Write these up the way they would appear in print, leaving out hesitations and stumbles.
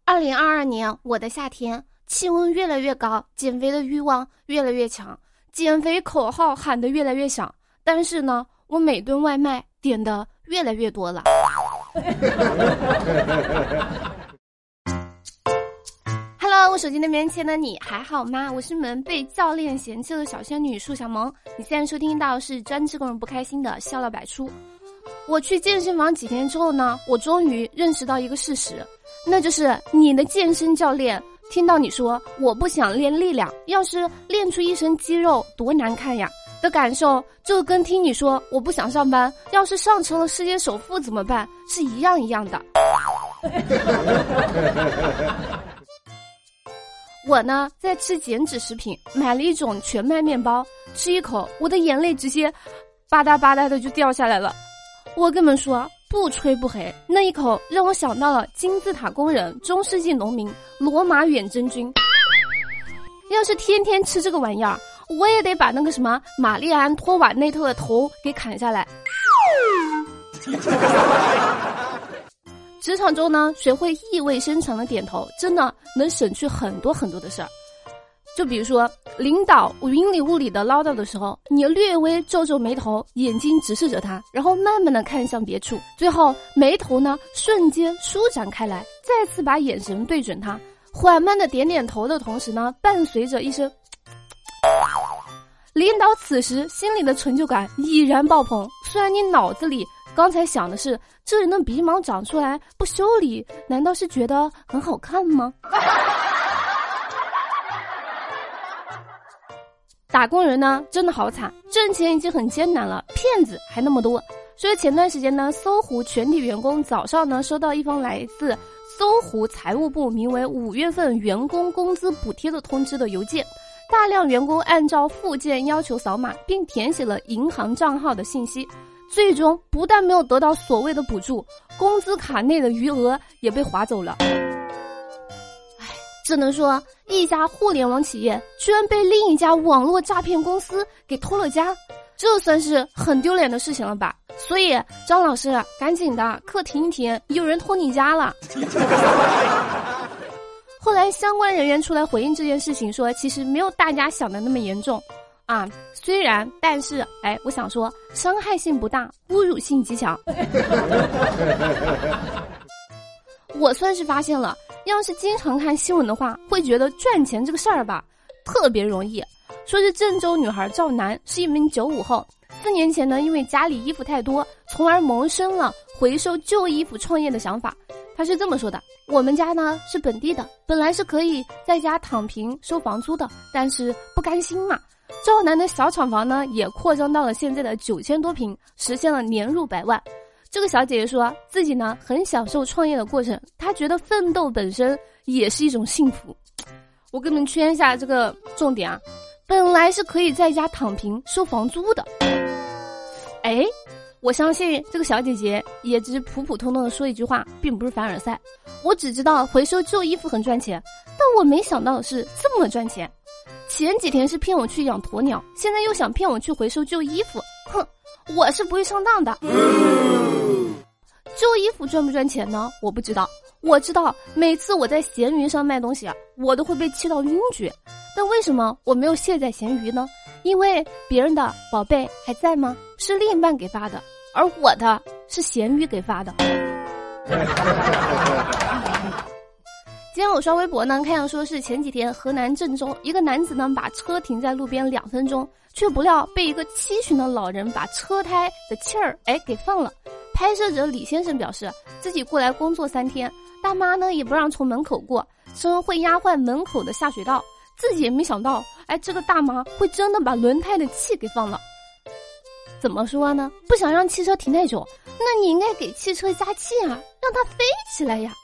2022年，我的夏天，气温越来越高，减肥的欲望越来越强，减肥口号喊得越来越响，但是呢，我每顿外卖点的越来越多了。Hello， 我手机那边亲的你还好吗？我是你们被教练嫌弃的小仙女树小萌。你现在收听到是专治各种不开心的笑料百出。我去健身房几天之后呢，我终于认识到一个事实，那就是你的健身教练听到你说我不想练力量，要是练出一身肌肉多难看呀的感受，就跟听你说我不想上班，要是上成了世界首富怎么办是一样的。我呢在吃减脂食品，买了一种全麦面包，吃一口我的眼泪直接吧嗒吧嗒的就掉下来了。我跟你们说不吹不黑，那一口让我想到了金字塔工人、中世纪农民、罗马远征军。要是天天吃这个玩意儿，我也得把那个什么玛丽安托瓦内特的头给砍下来。职场中呢，学会意味深长的点头，真的能省去很多的事儿。就比如说领导云里雾里的唠叨的时候，你略微皱皱眉头，眼睛直视着他，然后慢慢的看向别处，最后眉头呢瞬间舒展开来，再次把眼神对准他，缓慢的点点头的同时呢，伴随着一声领导此时心里的成就感已然爆棚。虽然你脑子里刚才想的是这人的鼻毛长出来不修理，难道是觉得很好看吗？打工人呢真的好惨，挣钱已经很艰难了，骗子还那么多。所以前段时间呢，搜狐全体员工早上呢收到一封来自搜狐财务部名为5月份员工工资补贴的通知的邮件，大量员工按照附件要求扫码，并填写了银行账号的信息，最终不但没有得到所谓的补助，工资卡内的余额也被划走了。只能说一家互联网企业居然被另一家网络诈骗公司给偷了家，这算是很丢脸的事情了吧。所以张老师赶紧的课停一停，有人偷你家了。后来相关人员出来回应这件事情，说其实没有大家想的那么严重啊，虽然但是我想说伤害性不大，侮辱性极强。我算是发现了，要是经常看新闻的话，会觉得赚钱这个事儿吧特别容易。说是郑州女孩赵楠是一名95后，4年前呢因为家里衣服太多，从而萌生了回收旧衣服创业的想法。她是这么说的：我们家呢是本地的，本来是可以在家躺平收房租的，但是不甘心嘛。赵楠的小厂房呢也扩张到了现在的9000多平，实现了年入100万。这个小姐姐说自己呢很享受创业的过程，她觉得奋斗本身也是一种幸福。我给你们圈一下这个重点啊，本来是可以在家躺平收房租的。我相信这个小姐姐也只是普普通通的说一句话，并不是凡尔赛。我只知道回收旧衣服很赚钱，但我没想到的是这么赚钱。前几天是骗我去养鸵鸟，现在又想骗我去回收旧衣服，哼，我是不会上当的。旧衣服赚不赚钱呢？我不知道。我知道每次我在闲鱼上卖东西我都会被气到晕厥。但为什么我没有卸载闲鱼呢？因为别人的宝贝还在吗？是另一半给发的，而我的是闲鱼给发的。今天我刷微博呢，看到说是前几天河南郑州一个男子呢把车停在路边2分钟，却不料被一个七旬的老人把车胎的气儿给放了。拍摄者李先生表示，自己过来工作3天，大妈呢也不让从门口过，说会压坏门口的下水道，自己也没想到这个大妈会真的把轮胎的气给放了。怎么说呢？不想让汽车停太久，那你应该给汽车加气啊，让它飞起来呀。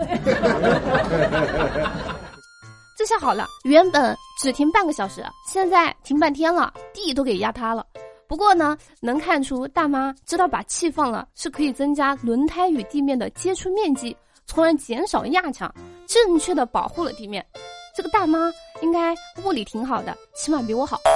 这下好了，原本只停半个小时，现在停半天了，地都给压塌了。不过呢，能看出大妈知道把气放了是可以增加轮胎与地面的接触面积，从而减少压强，正确的保护了地面。这个大妈应该物理挺好的，起码比我好。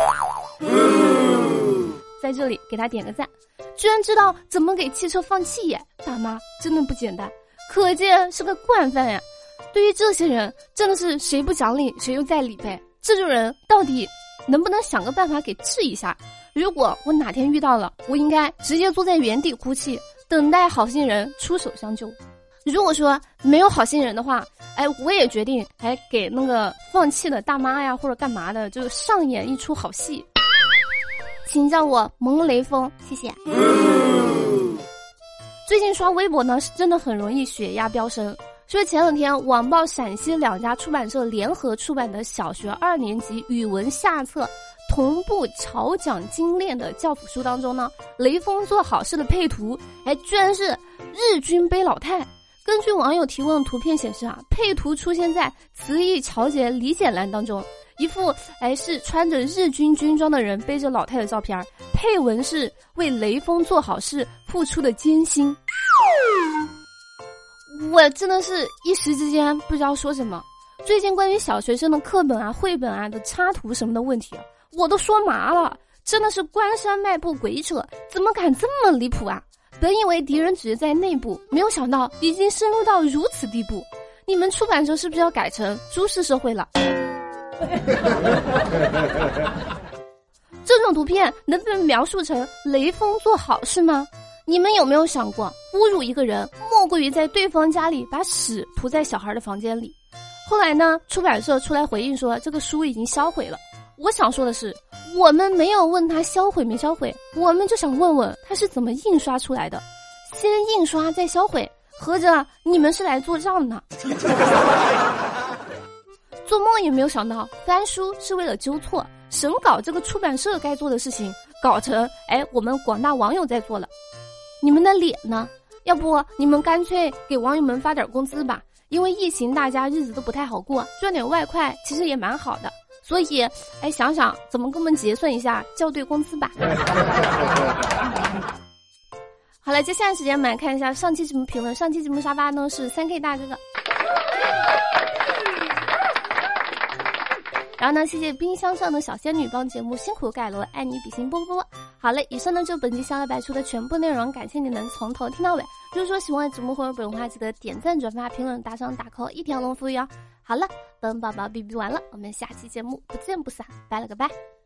在这里给他点个赞，居然知道怎么给汽车放气耶，大妈真的不简单，可见是个惯犯呀。 对于这些人，真的是谁不讲理谁又在理呗。这种人到底能不能想个办法给治一下？如果我哪天遇到了，我应该直接坐在原地哭泣，等待好心人出手相救。如果说没有好心人的话，我也决定给那个放弃的大妈呀或者干嘛的，就上演一出好戏。请叫我萌雷锋，谢谢。最近刷微博呢，是真的很容易血压飙升。说前两天网曝陕西2家出版社联合出版的小学2年级语文下册同步巧讲精炼的教辅书当中呢，雷锋做好事的配图居然是日军背老太。根据网友提供的图片显示啊，配图出现在词义调节理解栏当中，一副是穿着日军军装的人背着老太的照片，配文是为雷锋做好事付出的艰辛。我真的是一时之间不知道说什么。最近关于小学生的课本啊、绘本啊的插图什么的问题，我都说麻了，真的是关山迈步鬼扯，怎么敢这么离谱啊？本以为敌人只是在内部，没有想到已经深入到如此地步。你们出版社是不是要改成株式社会了？这种图片能被描述成雷锋做好事吗？你们有没有想过，侮辱一个人莫过于在对方家里把屎涂在小孩的房间里？后来呢，出版社出来回应说这个书已经销毁了。我想说的是，我们没有问他销毁没销毁，我们就想问问他是怎么印刷出来的。先印刷再销毁，合着你们是来做账的呢？做梦也没有想到翻书是为了纠错，审稿这个出版社该做的事情搞成我们广大网友在做了。你们的脸呢？要不你们干脆给网友们发点工资吧，因为疫情大家日子都不太好过，赚点外快其实也蛮好的。所以想想怎么跟我们结算一下，校对工资吧。好了，接下来时间我们来看一下上期节目评论。上期节目沙发呢是 3K 大哥哥，然后呢谢谢冰箱上的小仙女帮节目辛苦盖楼，爱你比心波波。好了，以上呢就是本期香辣白出的全部内容，感谢你能从头听到尾。如果说喜欢节目或者本话，记得点赞转发评论打赏打 call，一条龙服务哟。好了，本宝宝哔哔完了，我们下期节目不见不散，拜了个拜。